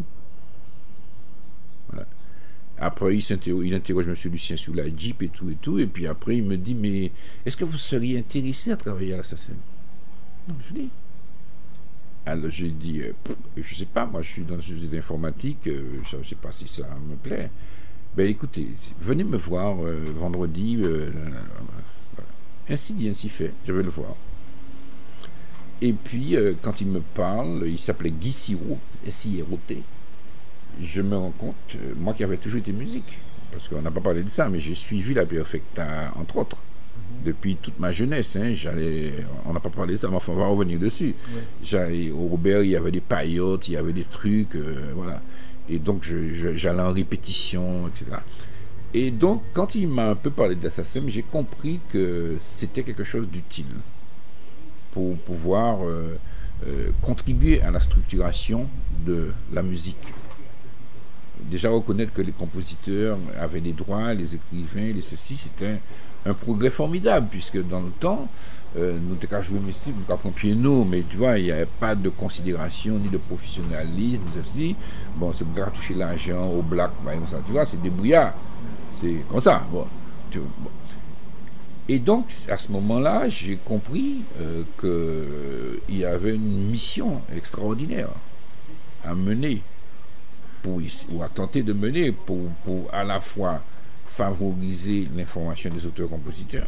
Voilà. Après, il, il interroge M. Lucien sur la Jeep et tout et tout, et puis après, il me dit, mais est-ce que vous seriez intéressé à travailler à la S A C E M? Non, je dis. Alors, j'ai dit, euh, je sais pas, moi, je suis dans une société informatique, euh, je ne sais pas si ça me plaît. Ben, écoutez, venez me voir euh, vendredi, euh, voilà. Ainsi dit, ainsi fait, je vais le voir. Et puis, euh, quand il me parle, il s'appelait Guy Sirot, S I R O T. Je me rends compte, euh, moi qui avais toujours été musique, parce qu'on n'a pas parlé de ça, mais j'ai suivi la Perfecta, entre autres, mm-hmm. depuis toute ma jeunesse. Hein, j'allais, on n'a pas parlé de ça, mais enfin, on va revenir dessus. Ouais. J'allais au Robert, il y avait des paillotes, il y avait des trucs, euh, voilà. Et donc, je, je, j'allais en répétition, et cetera. Et donc, quand il m'a un peu parlé de la S A C E M, j'ai compris que c'était quelque chose d'utile pour pouvoir euh, euh, contribuer à la structuration de la musique. Déjà reconnaître que les compositeurs avaient des droits, les écrivains, les ceci, c'était un, un progrès formidable, puisque dans le temps, euh, nous n'étions qu'à jouer mystique, nous n'étions qu'à piano, mais tu vois, il n'y avait pas de considération ni de professionnalisme, ceci. Bon, c'est pour toucher l'argent au black, tu vois, c'est débrouillard. C'est comme ça. Bon, tu vois, bon. Et donc, à ce moment-là, j'ai compris euh, qu'il y avait une mission extraordinaire à mener, pour, ou à tenter de mener, pour, pour à la fois favoriser l'information des auteurs-compositeurs,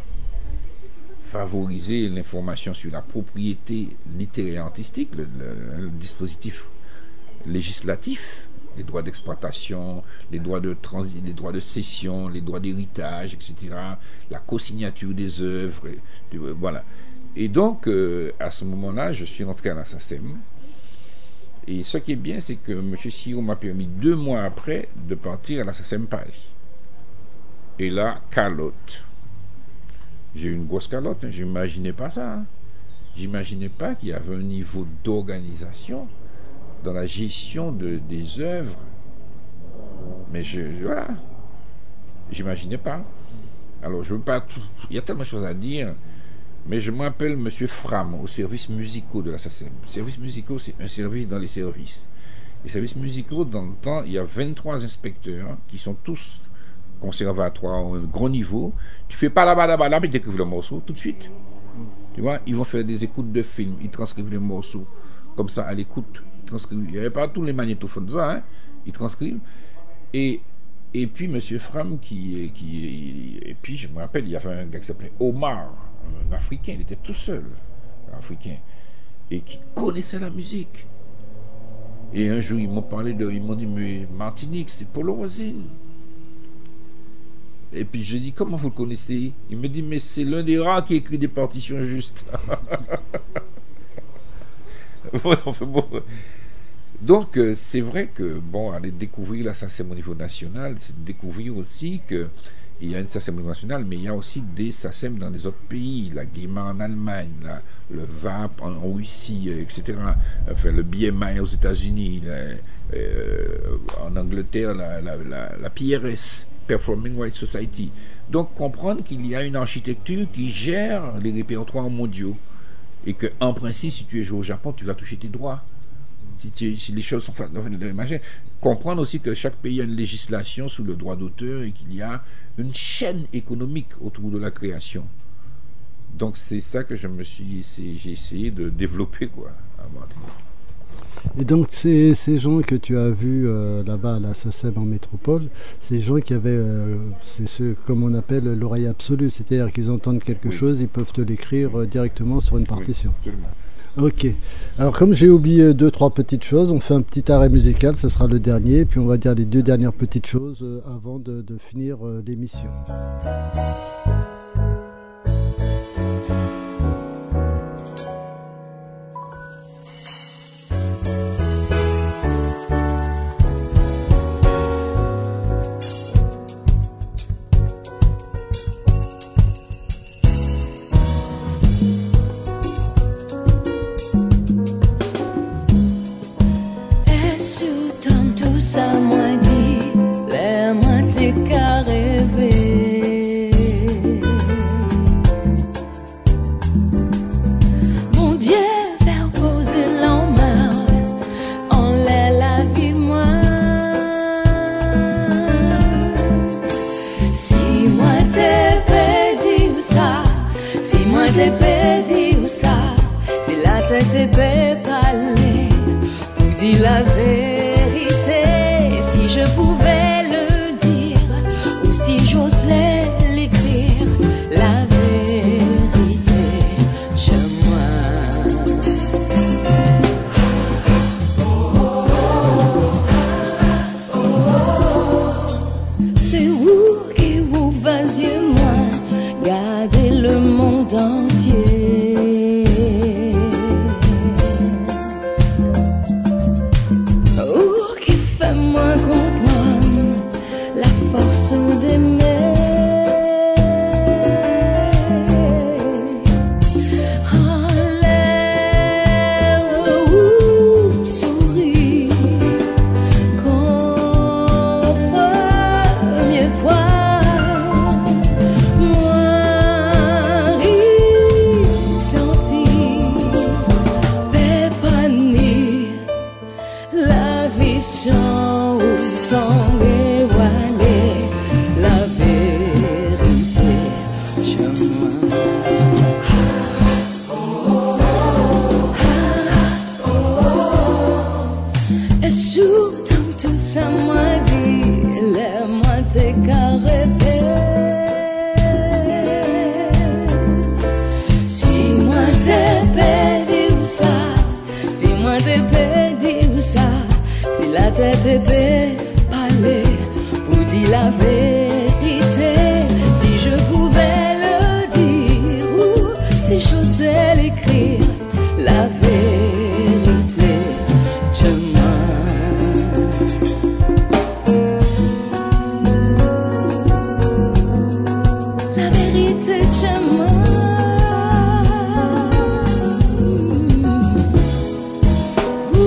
favoriser l'information sur la propriété littéraire artistique, le, le, le dispositif législatif, les droits d'exploitation, les droits de transit, les droits de cession, les droits d'héritage, et cetera, la co-signature des œuvres, et, voilà. Et donc, euh, à ce moment-là, je suis rentré à la S A C E M. Et ce qui est bien, c'est que M. Sirot m'a permis deux mois après de partir à la S A C E M Paris. Et là, calotte. J'ai eu une grosse calotte, hein, je n'imaginais pas ça. Hein. J'imaginais pas qu'il y avait un niveau d'organisation dans la gestion de, des œuvres. Mais je, je voilà. J'imaginais pas. Alors, je veux pas tout. Il y a tellement de choses à dire. Mais je m'appelle M. Fram au service musicaux de la S A C E M. Le service musicaux, c'est un service dans les services. Les services musicaux, dans le temps, il y a vingt-trois inspecteurs qui sont tous conservatoires, au gros niveau. Tu fais pas là-bas, là-bas, là, puis tu écrives le morceau tout de suite. Tu vois, ils vont faire des écoutes de films, ils transcrivent les morceaux comme ça à l'écoute. Il n'y avait pas tous les magnétophones, ça, hein? Ils transcrivent. Et, et puis, M. Fram, qui, qui. Et puis, je me rappelle, il y avait un gars qui s'appelait Omar. un Africain, il était tout seul, un Africain, et qui connaissait la musique. Et un jour, ils m'ont parlé de, ils m'ont dit, mais Martinique, c'était Polo Voisine. Et puis je dis, comment vous le connaissez? Il me dit, mais c'est l'un des rares qui écrit des partitions justes. Donc c'est vrai que, bon, aller découvrir la SACEM au niveau national, c'est découvrir aussi que il y a une SACEM nationale, mais il y a aussi des SACEM dans les autres pays, la GEMA en Allemagne, la, le V A P en, en Russie, et cetera. Enfin, le B M I aux États-Unis, euh, en Angleterre, la, la, la, la P R S, Performing Rights Society. Donc, comprendre qu'il y a une architecture qui gère les répertoires mondiaux et que, en principe, si tu es joué au Japon, tu vas toucher tes droits. Si, tu, si les choses sont faites, comprendre aussi que chaque pays a une législation sous le droit d'auteur et qu'il y a une chaîne économique autour de la création. Donc c'est ça que je me suis essayé, j'ai essayé de développer quoi à Martinique. Et donc ces, ces gens que tu as vus euh, là-bas à la SACEM en métropole, ces gens qui avaient, euh, c'est ce comme on appelle l'oreille absolue, c'est-à-dire qu'ils entendent quelque oui. chose, ils peuvent te l'écrire euh, directement sur une partition. Oui, absolument. Ok. Alors comme j'ai oublié deux, trois petites choses, on fait un petit arrêt musical, ce sera le dernier, puis on va dire les deux dernières petites choses euh, avant de, de finir euh, l'émission.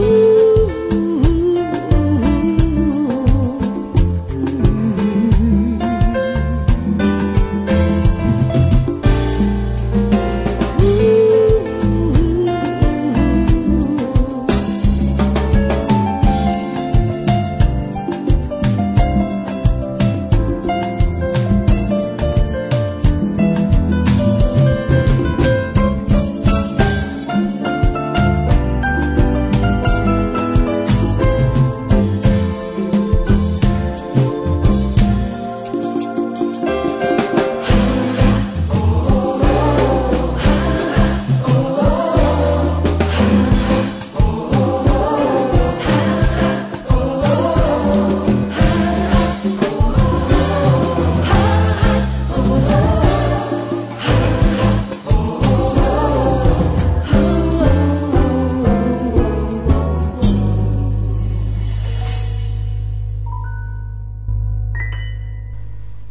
Ooh, ooh, ooh, ooh.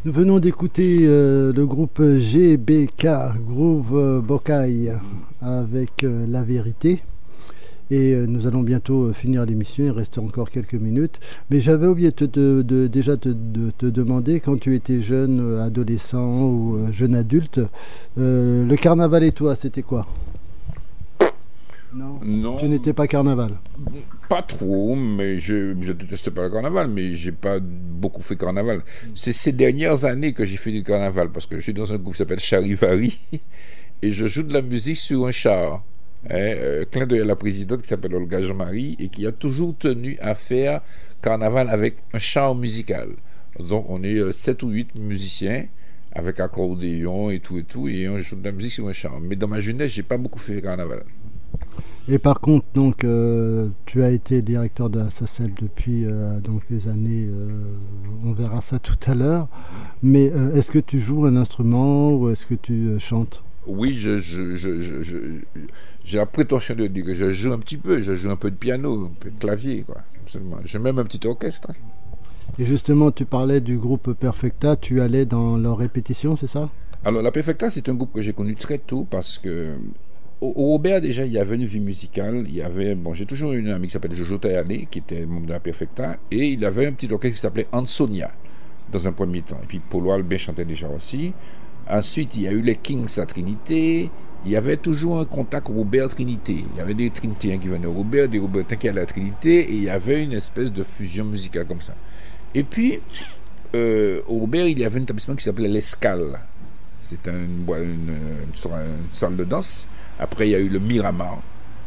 Nous venons d'écouter euh, le groupe G B K, Groove Bokai, avec euh, La Vérité. Et euh, nous allons bientôt euh, finir l'émission, il reste encore quelques minutes. Mais j'avais oublié de, de, de, déjà de, de te demander, quand tu étais jeune, euh, adolescent ou euh, jeune adulte, euh, le carnaval et toi, c'était quoi? Non. Non. Tu n'étais pas carnaval? Pas trop, mais je ne déteste pas le carnaval, mais j'ai pas beaucoup fait carnaval. C'est ces dernières années que j'ai fait du carnaval, parce que je suis dans un groupe qui s'appelle Charivari, et je joue de la musique sur un char. Hein, euh, clin d'œil à la présidente qui s'appelle Olga Jean-Marie, et qui a toujours tenu à faire carnaval avec un char musical. Donc on est euh, sept ou huit musiciens, avec accordéon et tout et tout, et on joue de la musique sur un char. Mais dans ma jeunesse, j'ai pas beaucoup fait carnaval. Et par contre, donc, euh, tu as été directeur de la S A C E P depuis euh, donc les années, euh, on verra ça tout à l'heure, mais euh, est-ce que tu joues un instrument ou est-ce que tu euh, chantes? Oui, je, je, je, je, je, j'ai la prétention de dire que je joue un petit peu, je joue un peu de piano, un peu de clavier, quoi, absolument. J'ai même un petit orchestre. Et justement, tu parlais du groupe Perfecta, tu allais dans leurs répétitions, c'est ça? Alors, la Perfecta, c'est un groupe que j'ai connu très tôt parce que Au, au Robert, déjà, il y avait une vie musicale. Il y avait, bon, j'ai toujours eu une amie qui s'appelle Jojo Tayane, qui était membre de la Perfecta, et il avait un petit orchestre qui s'appelait Ansonia, dans un premier temps. Et puis, Paulo Albin chantait déjà aussi. Ensuite, il y a eu les Kings à Trinité. Il y avait toujours un contact Robert-Trinité. Il y avait des Trinitéens qui venaient au Robert, des Robertains qui allaient à la Trinité, et il y avait une espèce de fusion musicale comme ça. Et puis, euh, au Robert, il y avait un établissement qui s'appelait l'Escale. C'était une, une, une, une salle de danse. Après, il y a eu le Miramar.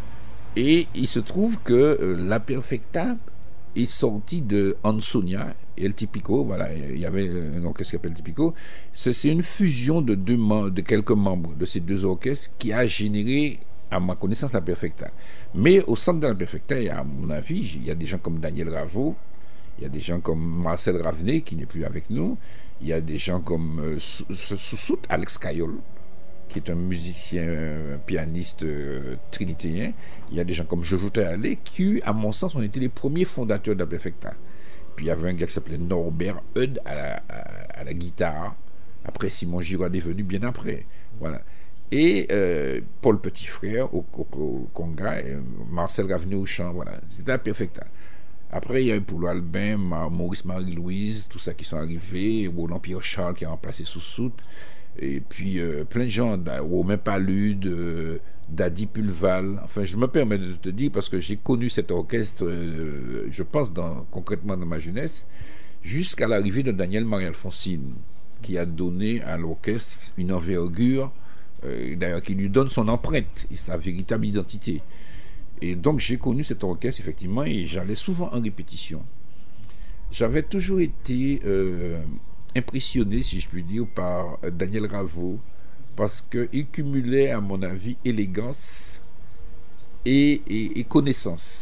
Et il se trouve que euh, la Perfecta est sortie de Ansonia et El Tipico. Voilà, il y avait un orchestre qui s'appelle Tipico. C'est, c'est une fusion de, deux, de quelques membres de ces deux orchestres qui a généré, à ma connaissance, la Perfecta. Mais au centre de la Perfecta, à mon avis, il y a des gens comme Daniel Ravo, il y a des gens comme Marcel Ravenet, qui n'est plus avec nous, il y a des gens comme euh, Sousout, Alex Cayol, qui est un musicien, un pianiste euh, trinitéen. Il y a des gens comme Jojo Tayane, qui, à mon sens, ont été les premiers fondateurs de la Perfecta. Puis il y avait un gars qui s'appelait Norbert Eud à la, à, à la guitare. Après, Simon Giraud est venu bien après. Voilà. Et euh, Paul Petitfrère au, au, au conga, et Marcel Ravenet au chant. Voilà. C'était la Perfecta. Après, il y a eu Paulo Albin, Maurice Marie-Louise, tout ça qui sont arrivés, Roland Pierre Charles qui a remplacé Sousout, et puis euh, plein de gens, Romain Palude, euh, Dadi Pulval. Enfin, je me permets de te dire parce que j'ai connu cet orchestre, euh, je pense dans, concrètement dans ma jeunesse, jusqu'à l'arrivée de Daniel Marie-Alphonsine, qui a donné à l'orchestre une envergure, euh, d'ailleurs qui lui donne son empreinte et sa véritable identité. Et donc j'ai connu cet orchestre effectivement et j'allais souvent en répétition. J'avais toujours été euh, impressionné, si je puis dire, par Daniel Ravo parce qu'il cumulait, à mon avis, élégance et, et, et connaissance.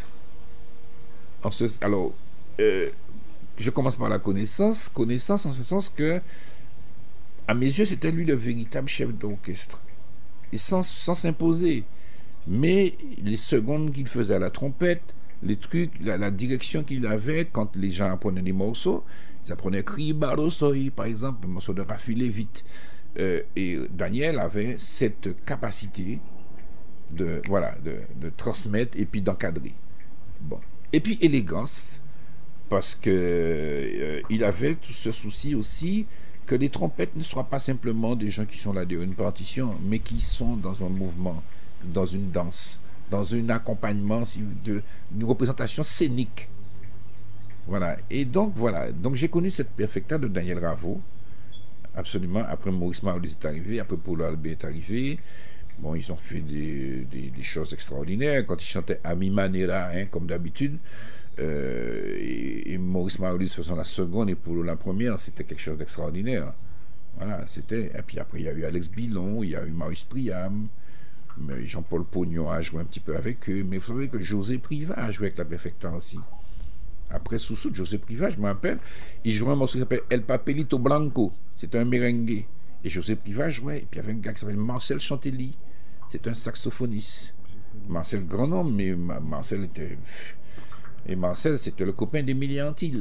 En ce, alors, euh, je commence par la connaissance, connaissance en ce sens que, à mes yeux, c'était lui le véritable chef d'orchestre. Et sans, sans s'imposer. Mais les secondes qu'il faisait à la trompette, les trucs, la, la direction qu'il avait quand les gens apprenaient des morceaux, ils apprenaient Cri Barosoi, par exemple, le morceau de Rafi Lévite. Euh, et Daniel avait cette capacité de, voilà, de, de transmettre et puis d'encadrer. Bon. Et puis élégance, parce que euh, il avait tout ce souci aussi que les trompettes ne soient pas simplement des gens qui sont là derrière une partition, mais qui sont dans un mouvement, dans une danse, dans un accompagnement, de, une représentation scénique. Voilà. Et donc, voilà. Donc, j'ai connu cette Perfecta de Daniel Ravo, absolument. Après, Maurice Marie est arrivé, après, Paulo Albert est arrivé. Bon, ils ont fait des, des, des choses extraordinaires. Quand ils chantaient Ami Manera, hein, comme d'habitude, euh, et, et Maurice Marie faisant la seconde et Paulo la première, c'était quelque chose d'extraordinaire. Voilà, c'était. Et puis après, il y a eu Alex Bilon, il y a eu Maurice Priam. Jean-Paul Pognon a joué un petit peu avec eux, mais vous savez que José Privat a joué avec la Perfecta aussi. Après Sousout, José Privat, je me rappelle, il jouait un morceau qui s'appelle El Papelito Blanco, c'était un merengue. Et José Privat jouait, et puis il y avait un gars qui s'appelle Marcel Chantelly, c'est un saxophoniste. Marcel, grand nom, mais Marcel était. Et Marcel, c'était le copain d'Émilie Antil.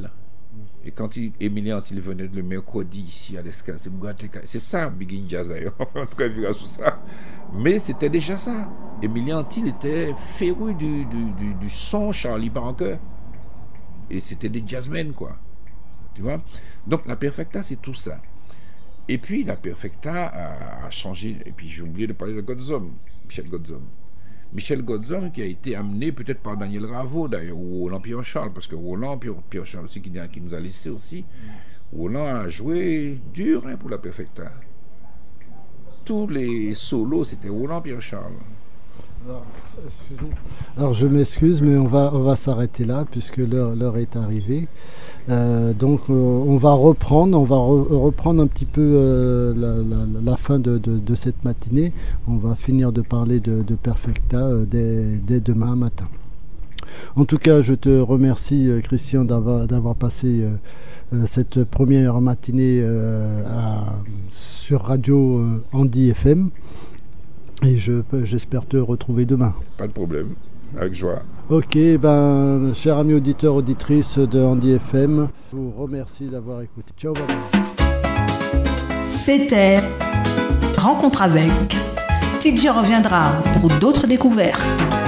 Et quand il, Emilien Antil venait le mercredi ici à l'Escale, c'est c'est ça, Begin Jazz d'ailleurs, en tout cas, il verra sur ça. Mais c'était déjà ça. Emilien Antil était féru du, du, du, du son Charlie Parker. Et c'était des jazzmen, quoi. Tu vois? Donc la Perfecta, c'est tout ça. Et puis la Perfecta a, a changé. Et puis j'ai oublié de parler de Godzom, Michel Godzom. Michel Godzom qui a été amené peut-être par Daniel Ravo d'ailleurs, ou Roland Pierre-Charles, parce que Roland Pierre-Charles aussi qui, qui nous a laissé aussi. Roland a joué dur hein, pour la Perfecta. Tous les solos, c'était Roland Pierre-Charles. Alors, Alors je m'excuse, mais on va, on va s'arrêter là puisque l'heure, l'heure est arrivée. Euh, donc euh, on va reprendre, on va re- reprendre un petit peu euh, la, la, la fin de, de, de cette matinée. On va finir de parler de, de Perfecta euh, dès, dès demain matin. En tout cas, je te remercie euh, Christian d'avoir, d'avoir passé euh, euh, cette première matinée euh, à, sur Radio euh, Andy F M. Et je, j'espère te retrouver demain. Pas de problème, avec joie. Ok, ben, chers amis auditeurs, auditrices de Andy F M, je vous remercie d'avoir écouté. Ciao, bye bye. C'était Rencontre avec. T J reviendra pour d'autres découvertes.